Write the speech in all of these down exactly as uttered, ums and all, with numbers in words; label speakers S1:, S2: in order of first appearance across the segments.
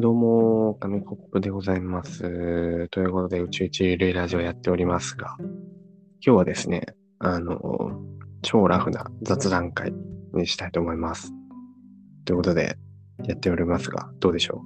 S1: どうも、紙コップでございます。ということで、宇宙一ゆるいラジオやっておりますが、今日はですね、あの、超ラフな雑談会にしたいと思います。ということで、やっておりますが、どうでしょ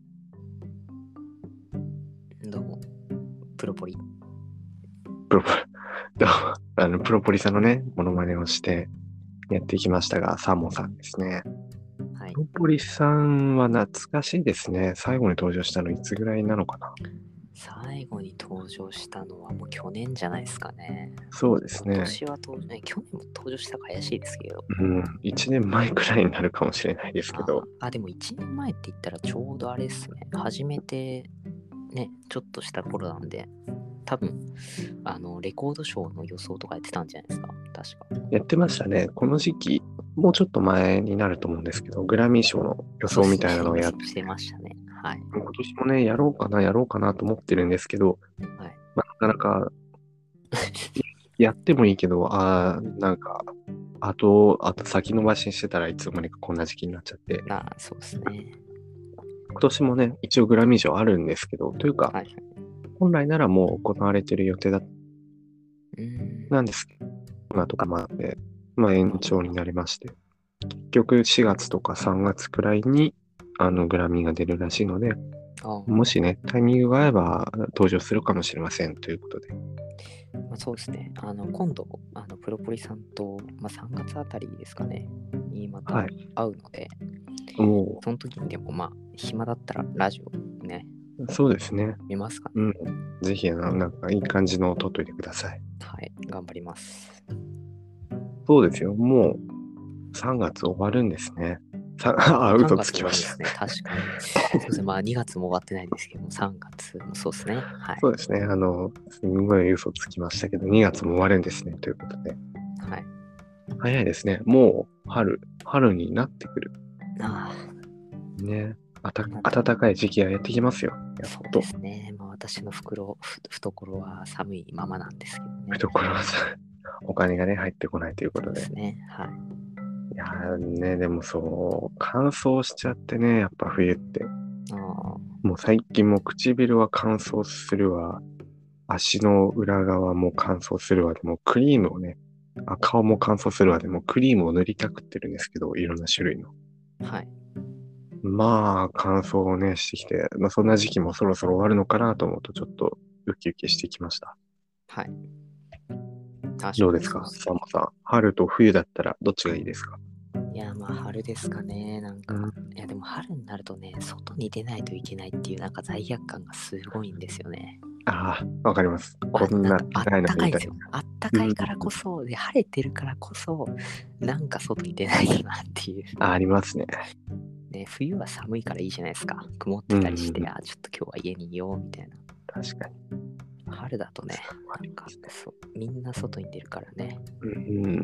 S2: どうも、プロポリ。
S1: うプロポ、どうもあの、プロポリさんのね、モノマネをしてやってきましたが、サーモンさんですね。
S2: はい
S1: プ。ロポリさんは懐かしいですね。最後に登場したのいつぐらいなのかな。
S2: 最後に登場したのはもう去年じゃないですかね。
S1: そうです
S2: 今
S1: ね。
S2: 年は登場、ね、去年も登場したか怪しいですけど。
S1: うん、いちねんまえくらいになるかもしれないですけど、
S2: ああ、でもいちねんまえって言ったらちょうどあれですね。初めてね、ちょっとした頃なんで、多分、あの、レコードショーの予想とかやってたんじゃないですか。確か。
S1: やってましたね。この時期、もうちょっと前になると思うんですけど、グラミー賞の予想み
S2: そうですね。
S1: たいなのをやって
S2: 予想してましたね。はい。
S1: 今年もね、やろうかな、やろうかなと思ってるんですけど、
S2: はい。
S1: まあ、なかなかやってもいいけど、あーなんか、あと、あと先延ばしにしてたらいつの間にかこんな時期になっちゃって、
S2: まあ、そうですね。
S1: 今年もね、一応グラミー賞あるんですけど、というか、
S2: はい。
S1: 本来ならもう行われてる予定だ
S2: うーん。
S1: なんですけど、今とかもあって、まあ延長になりまして、結局しがつとかさんがつくらいに、あの、グラミーが出るらしいので、
S2: ああ。
S1: もしね、タイミングが合えば登場するかもしれませんということで。
S2: まあ、そうですね。あの、今度、あの、プロポリさんと、まあ、さんがつあたりですかね、にまた
S1: はい。
S2: 会うので、
S1: も
S2: その時にでも、まあ、暇だったらラジオね、
S1: う、そうですね。
S2: 見ますかね。
S1: うん。ぜひ、あの、なんかいい感じのを撮っといてください。
S2: はい、頑張ります。
S1: そうですよ。もうさんがつ終わるんですね。さあ、
S2: 3
S1: 嘘つ
S2: 月終
S1: きました。
S2: わるんですね、確かに。そうですね、まあ、にがつも終わってないですけども、さんがつもそうですね。はい。
S1: そうですね。あの、すんごい嘘つきましたけど、にがつも終わるんですね。ということで。
S2: はい。
S1: 早いですね。もう春、春になってくる。
S2: あ
S1: ね。あた、
S2: あ、
S1: 暖かい時期がやってきますよ。やっ
S2: そうで
S1: と。
S2: すね。まあ、私の袋、ふ懐は寒いままなんですけどね。
S1: 懐はさ、お金がね、入ってこないということで。
S2: そうですね。はい。
S1: いやーね、でもそう、乾燥しちゃってね、やっぱ冬って。
S2: ああ、
S1: もう最近も唇は乾燥するわ、足の裏側も乾燥するわ、でもクリームをね、あ、顔も乾燥するわ、でもクリームを塗りたくってるんですけど、いろんな種類の。
S2: はい。
S1: まあ、乾燥をね、してきて、まあそんな時期もそろそろ終わるのかなと思うと、ちょっとウキウキしてきました。
S2: はい。確
S1: どうですか、
S2: かにそうです
S1: サンマさん。春と冬だったらどっちがいいですか？
S2: ね。いや、まあ、春ですかね。なんか、
S1: うん、
S2: いや、でも春になるとね、外に出ないといけないっていう、なんか罪悪感がすごいんですよね。
S1: ああ、わかります。こ
S2: あ、
S1: んな
S2: なんか、あっ
S1: 長いのみたいな。
S2: たかいんですよ。あった
S1: うん、
S2: かいからこそ、で、晴れてるからこそ、なんか外に出ないよなっていう。
S1: あ、ありますね。
S2: ね、冬は寒いからいいじゃないですか。曇っ
S1: うん、
S2: てたりして、あ、ちょっと今日は家にいようみたいな。
S1: 確かに。
S2: 春だとね、なんか、そう、みんな外に出るからね。
S1: うん、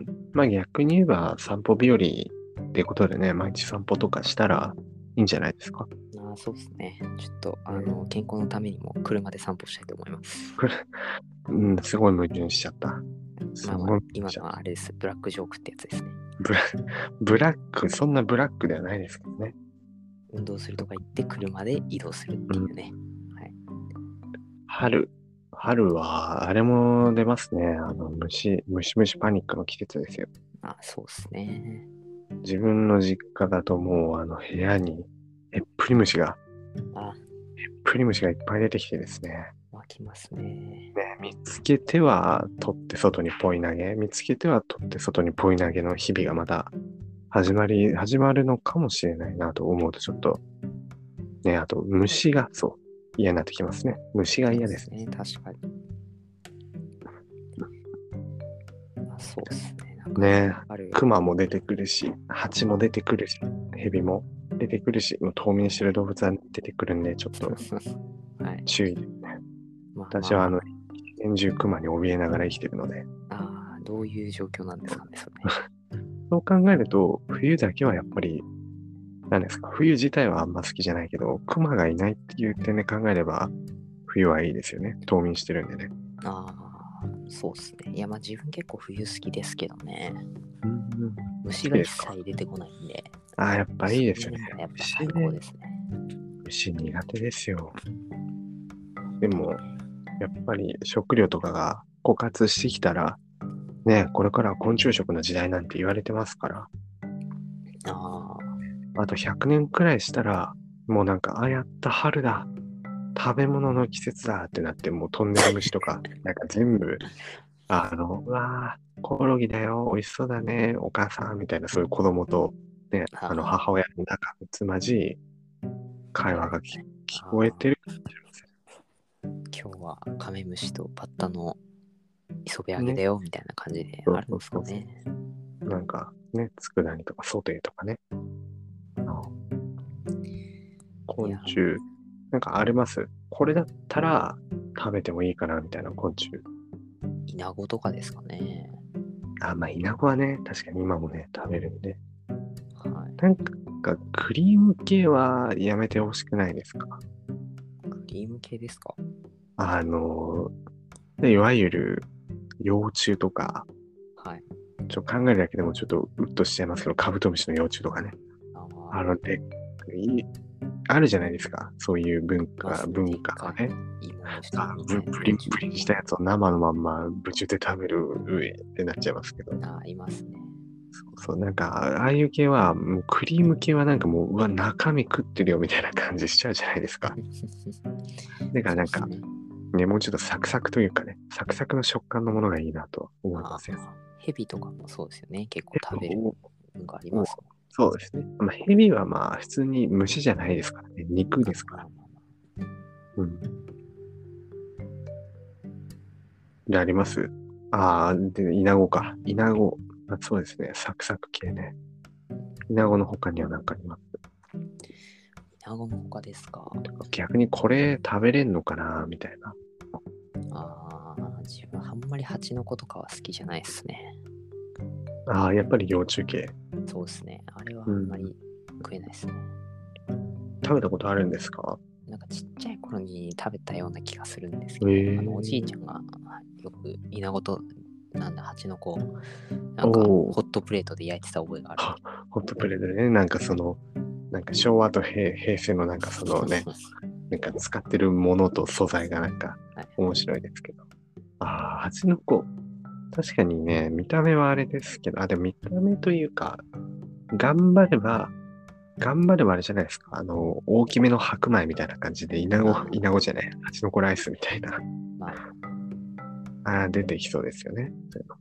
S1: まあ逆に言えば散歩日和ってことでね、毎日散歩とかしたらいいんじゃないですか。
S2: あ、そうですね。ちょっと、あ
S1: うん、
S2: の、健康のためにも車で散歩したいと思います。
S1: これ、うん、すごい矛盾しちゃった。す
S2: まあまあ、
S1: ごい矛盾
S2: 今
S1: しちゃった。
S2: のはあれです。ブラックジョークってやつですね。
S1: ブラ、ブラック、そんなブラックではないですけどね。
S2: 運動するとか言って車で移動するっていうね。はい。
S1: 春、春は、あれも出ますね。あの、虫、虫虫パニックの季節ですよ。
S2: まあ、そうですね。
S1: 自分の実家だともう、あの、部屋に、へっぷり虫が、
S2: あ、
S1: へっぷり虫がいっぱい出てきてですね。
S2: 湧きますね。
S1: ね、見つけては取って外にポイ投げ、見つけては取って外にポイ投げの日々がまた始まり、始まるのかもしれないなと思うとちょっと、ね、あと虫が、そう、嫌になってきますね。虫が嫌ですね。
S2: そうですね。確かに。まあ、そうですね。なんか、
S1: ね、
S2: ある。
S1: 熊も出てくるし、蜂も出てくるし、蛇も出てくるし、もう冬眠してる動物は出てくるんで、ちょっと
S2: はい。
S1: 注意ですね。
S2: まあまあま
S1: 私はあの、一年中熊に怯えながら生きてるので、
S2: あ。ああ、どういう状況なんですかね、それ。
S1: そう考えると、冬だけはやっぱりなんですか、冬自体はあんま好きじゃないけど、熊がいないっていう点で考えれば、冬はいいですよね。冬眠してるんでね。
S2: ああ、そうですね。いや、まあ自分結構冬好きですけどね。
S1: うん、
S2: 虫が一
S1: 好きですか？
S2: 切出てこないんで、
S1: ああ、やっぱいいですよね。
S2: そういう意味ではやっぱ最高ですね。
S1: 虫苦手ですよ。でも、やっぱり食料とかが枯渇してきたら、ね、これからは昆虫食の時代なんて言われてますから、
S2: あ
S1: あとひゃくねんくらいしたら、もうなんか、あ、やった春だ。食べ物の季節だってなって、もうトンネル虫とか、なんか全部、あの、うわー、コオロギだよ、美味しそうだね、お母さん、みたいな、そういう子供と、ね、
S2: あ、
S1: あの、母親の仲睦まじい会話が聞聞こえてるかもしれませ
S2: 今日はカメムシとバッタの磯辺揚げ
S1: ん。ね。
S2: だよみたいな感じで
S1: そう
S2: あるんですかね。
S1: なんか、ね、佃煮とかソテーとかね。昆
S2: いや、
S1: 虫。なんかありますこれだったら食べてもいいかなみたいな昆虫。
S2: イナゴとかですかね。
S1: あ、まあ、イナゴはね、確かに今もね、食べるんで。
S2: はい。
S1: なんか、クリーム系はやめてほしくないですか？
S2: クリーム系ですか？
S1: あの、いわゆる幼虫とか、
S2: はい。
S1: ちょっと考えるだけでもちょっとうっとしちゃいますけど、カブトムシの幼虫とかね。
S2: あ
S1: あの、で、いあるじゃないですか。そういう文化、
S2: ますね
S1: 文化はね。
S2: 芋虫
S1: あ
S2: みたいな
S1: ププリンプリンしたやつを生のまんまぶちゅで食べる上ってなっちゃいますけど。
S2: あいますね。
S1: そうそう、なんか、ああいう系は、もうクリーム系はなんかもう、うわ、中身食ってるよみたいな感じしちゃうじゃないですか。だからなんか、
S2: そうっすね。
S1: ね、もうちょっとサクサクというかね、サクサクの食感のものがいいなと思い
S2: あ
S1: ますよ。
S2: ヘビとかもそうですよね。結構食べる
S1: お
S2: のがありますもん。
S1: そうですね。まあ、ヘビはまあ、普通に虫じゃないですからね。肉ですから。
S2: まあまあまあ
S1: うん。で、ありますああ、で、イナゴか。イナゴ。あそうですね。サクサク系ね。イナゴの他には何かあります
S2: イナゴの他ですか？
S1: 逆にこれ食べれんのかなみたいな。
S2: ああ、自分あんまりハチノコとかは好きじゃないですね。
S1: ああ、やっぱり幼虫系。
S2: そうですね。あれはあんまり食えないですね。
S1: 食べたことあるんですか？
S2: なんかちっちゃい頃に食べたような気がするんですけど、
S1: へえ
S2: あのおじいちゃんがよくイナゴとなんだハチノコなんか
S1: おー
S2: ホットプレートで焼いてた覚えがある。
S1: はホットプレートでね、なんかその、なんか昭和と平平成のなんかそのね、なんか使ってるものと素材がなんか
S2: はい
S1: 面白いですけど。ああ、蜂の子。確かにね、見た目はあれですけど、あ、でも見た目というか、頑張れば、頑張ればあれじゃないですか。あの、大きめの白米みたいな感じで、イナゴ
S2: あ、ー
S1: イナゴじゃない、蜂の子ライスみたいな。
S2: まあ、
S1: ああ、出てきそうですよね。そういうの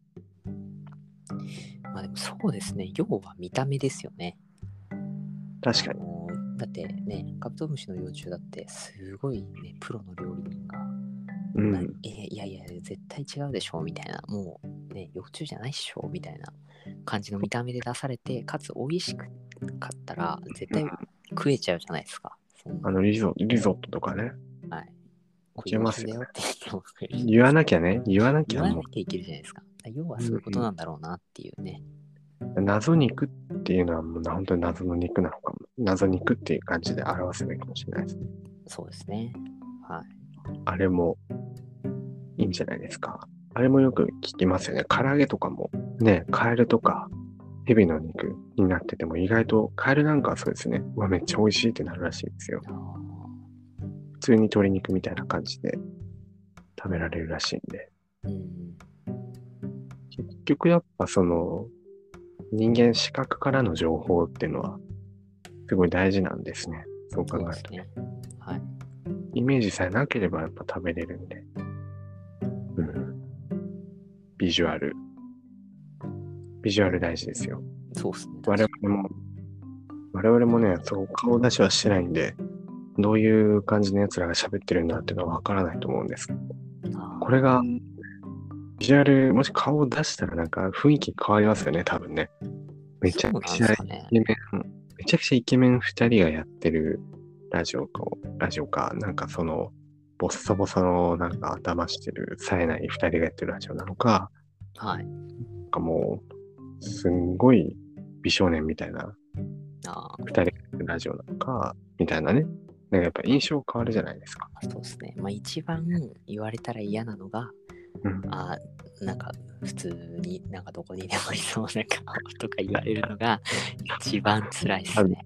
S2: まあでもそうですね。要は見た目ですよね。
S1: 確かに。
S2: あのだってね、カブトムシの幼虫だってすごいね、プロの料理人が、な
S1: うん。
S2: えいやいや、絶対違うでしょみたいな、もうね、幼虫じゃないっしょみたいな感じの見た目で出されて、かつ美味しくかったら絶対食えちゃうじゃないですか。そんな
S1: あの、リゾ、リゾットとかね。
S2: はい。こ
S1: い
S2: れ幼
S1: けますよね。
S2: 虫だよって言っても
S1: 言わなきゃね、言わなき
S2: 言
S1: ゃも
S2: わなきゃいけるじゃないですか。要はそういうことなんだろうなっていうね。
S1: う、謎肉っていうのはもう本当に謎の肉なのかも。謎肉っていう感じで表せばいいかもしれないですね。
S2: そうですね。はい。
S1: あれもいいんじゃないですか。あれもよく聞きますよね。唐揚げとかもね、カエルとか蛇の肉になってても意外と、カエルなんかはそうですね。うわ、めっちゃ美味しいってなるらしいですよ。
S2: あ
S1: 普通に鶏肉みたいな感じで食べられるらしいんで。
S2: ーうん
S1: 結局やっぱその人間視覚からの情報っていうのはすごい大事なんですね。そう考えるとね。
S2: そうですね。はい。
S1: イメージさえなければやっぱ食べれるんで。うん。ビジュアル。ビジュアル大事ですよ。
S2: そうですね。
S1: 我
S2: 確か
S1: 々も、我々もね、そう顔出しはしてないんで、どういう感じの奴らが喋ってるんだっていうのはわからないと思うんですけど。
S2: にあー
S1: これが、ビジュアル、もし顔を出したらなんか雰囲気変わりますよね、多分ね。めちゃくちゃイ
S2: そうなんですかね。
S1: ケメン、めちゃくちゃイケメン二人がやってるラジオか、ラジオか、なんかその、ボッサボサのなんか頭してる冴えない二人がやってるラジオなのか、
S2: はい。
S1: なんかもう、すんごい美少年みたいな
S2: あ
S1: 二人がやってるラジオなのか、みたいなね。なんかやっぱ印象変わるじゃないですか。
S2: あ、そうですね。まあ一番言われたら嫌なのが、
S1: うん。
S2: あなんか普通になんかどこにでもいそうな顔とか言われるのが一番辛いですね。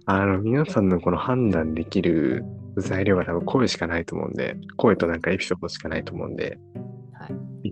S1: あの、皆さんのこの判断できる材料が多分声しかないと思うんで、声となんかエピソードしかないと思うんで、
S2: はい。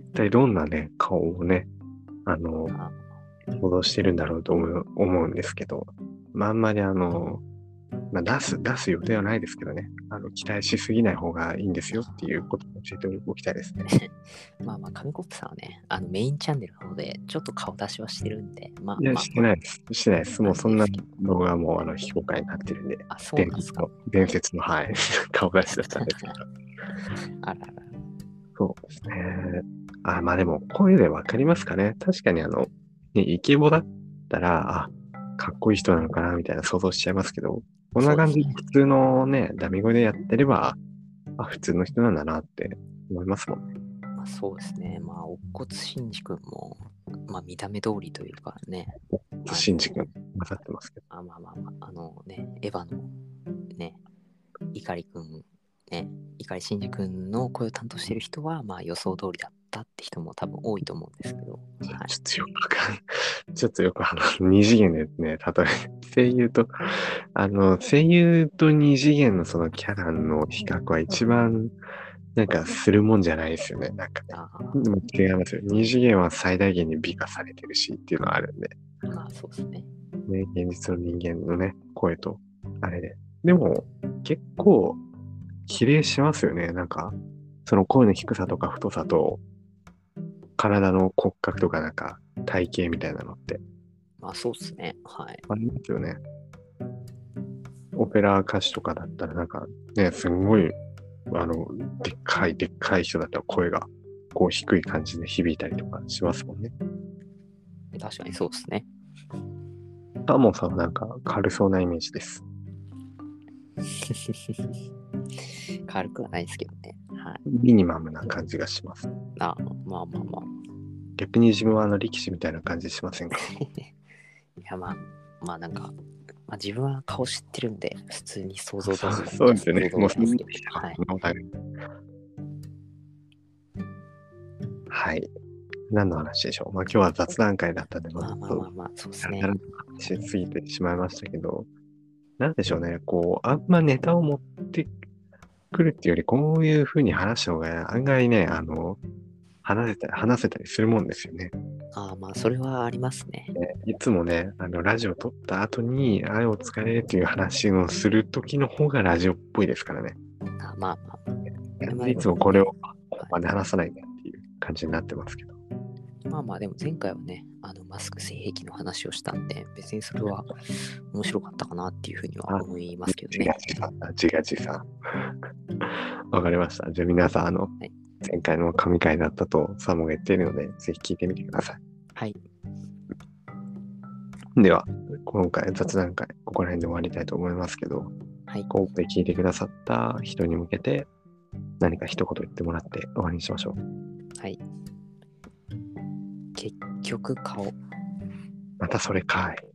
S1: 一体どんなね、顔をね、あの、
S2: あ
S1: 想像してるんだろうと思う思うんですけど、まあ、あんまりあの、まあ、出す、出す予定はないですけどね、あの、期待しすぎない方がいいんですよっていうことを教えておきたいですね。
S2: まあまあ、紙コップさんはね、あのメインチャンネルなので、ちょっと顔出しはしてるんで、まあ
S1: いや、
S2: まあ
S1: してないです。してないです。もうそんな
S2: なんですけど
S1: 動画もあの非公開になってるんで、
S2: あ、そうなんですか。
S1: 伝説の、伝説の、はい、顔出しだったんですけど。
S2: あらら。
S1: そうですね。あ、まあでも、声でわかりますかね。確かにあの、ね、イケボだったら、あ、かっこいい人なのかな、みたいな想像しちゃいますけど、こんな感じで
S2: そうですね。
S1: 普通のね、ダミ声でやってれば、あ、普通の人なんだなって思いますもんね。
S2: まあそうですね。まあ、乙骨真治君も、まあ見た目通りというかね、あ
S1: シンジ君、
S2: の、
S1: 混ざってますけど。
S2: あまあまあまあ、あのね、エヴァのね、碇くん、ね、碇シンジ君の声を担当してる人は、まあ予想通りだったって人も多分多いと思うんですけど、はい。
S1: ちょっとよくわかんない。ちょっとよくあの、二次元でね、例え、声優と、あの、声優と二次元のそのキャラの比較は一番、なんかするもんじゃないですよね。なんかね。
S2: あ
S1: でも違いますよ。二次元は最大限に美化されてるしっていうのはあるんで。
S2: あ、まあそうですね。
S1: ね、現実の人間のね、声と、あれで。でも、結構、比例しますよね。なんか、その声の低さとか太さと、体の骨格とかなんか、体型みたいなのって、
S2: まあそうですね。はい。
S1: ありますよね。オペラ歌手とかだったら、なんか、ね、すんごい、あの、でっかい、でっかい人だったら声が、こう低い感じで響いたりとかしますもんね。
S2: 確かにそうですね。
S1: タモさんはなんか軽そうなイメージです。
S2: 軽くはないですけどね。はい。
S1: ミニマムな感じがします。
S2: あまあまあまあ。
S1: 逆に自分はあの力士みたいな感じしませんか？
S2: いやまあ、まあなんか、まあ、自分は顔知ってるんで、普通に想像通りの
S1: そうですよね。
S2: 想像
S1: もうそんな
S2: なんですけど、はい。
S1: お互い。はい。何の話でしょう。まあ今日は雑談会だったんで、まあ
S2: まあ
S1: ちょっと、
S2: まあまあまあ、そうですね。
S1: 話しすぎてしまいましたけど、なんでしょうね。こう、あんまネタを持ってくるっていうより、こういう風に話した方が案外ね、あの、話せたり、話せたりするもんですよね。
S2: ああ、まあ、それはありますね。
S1: でいつもね、あの、ラジオ撮った後に、あれお疲れっていう話をするときの方がラジオっぽいですからね。
S2: あまあまあ、
S1: なんでい
S2: まあでも
S1: つもこれを
S2: は
S1: 本番で話さないんだっていう感じになってますけど。
S2: い、まあまあ、でも前回はね、あのマスク性癖の話をしたんで、別にそれは面白かったかなっていうふうには
S1: あ、
S2: 思いますけど
S1: 自画
S2: ね。
S1: 自賛だ、自画自賛。わかりました。じゃあ皆さん、あの、
S2: はい。
S1: 前回の神回だったとサモが言っているので、ぜひ聞いてみてください。
S2: はい。
S1: では、今回雑談会、ここら辺で終わりたいと思いますけど、
S2: はい。
S1: 今回聞いてくださった人に向けて、何か一言言ってもらって終わりにしましょう。
S2: はい。結局顔。
S1: またそれかい。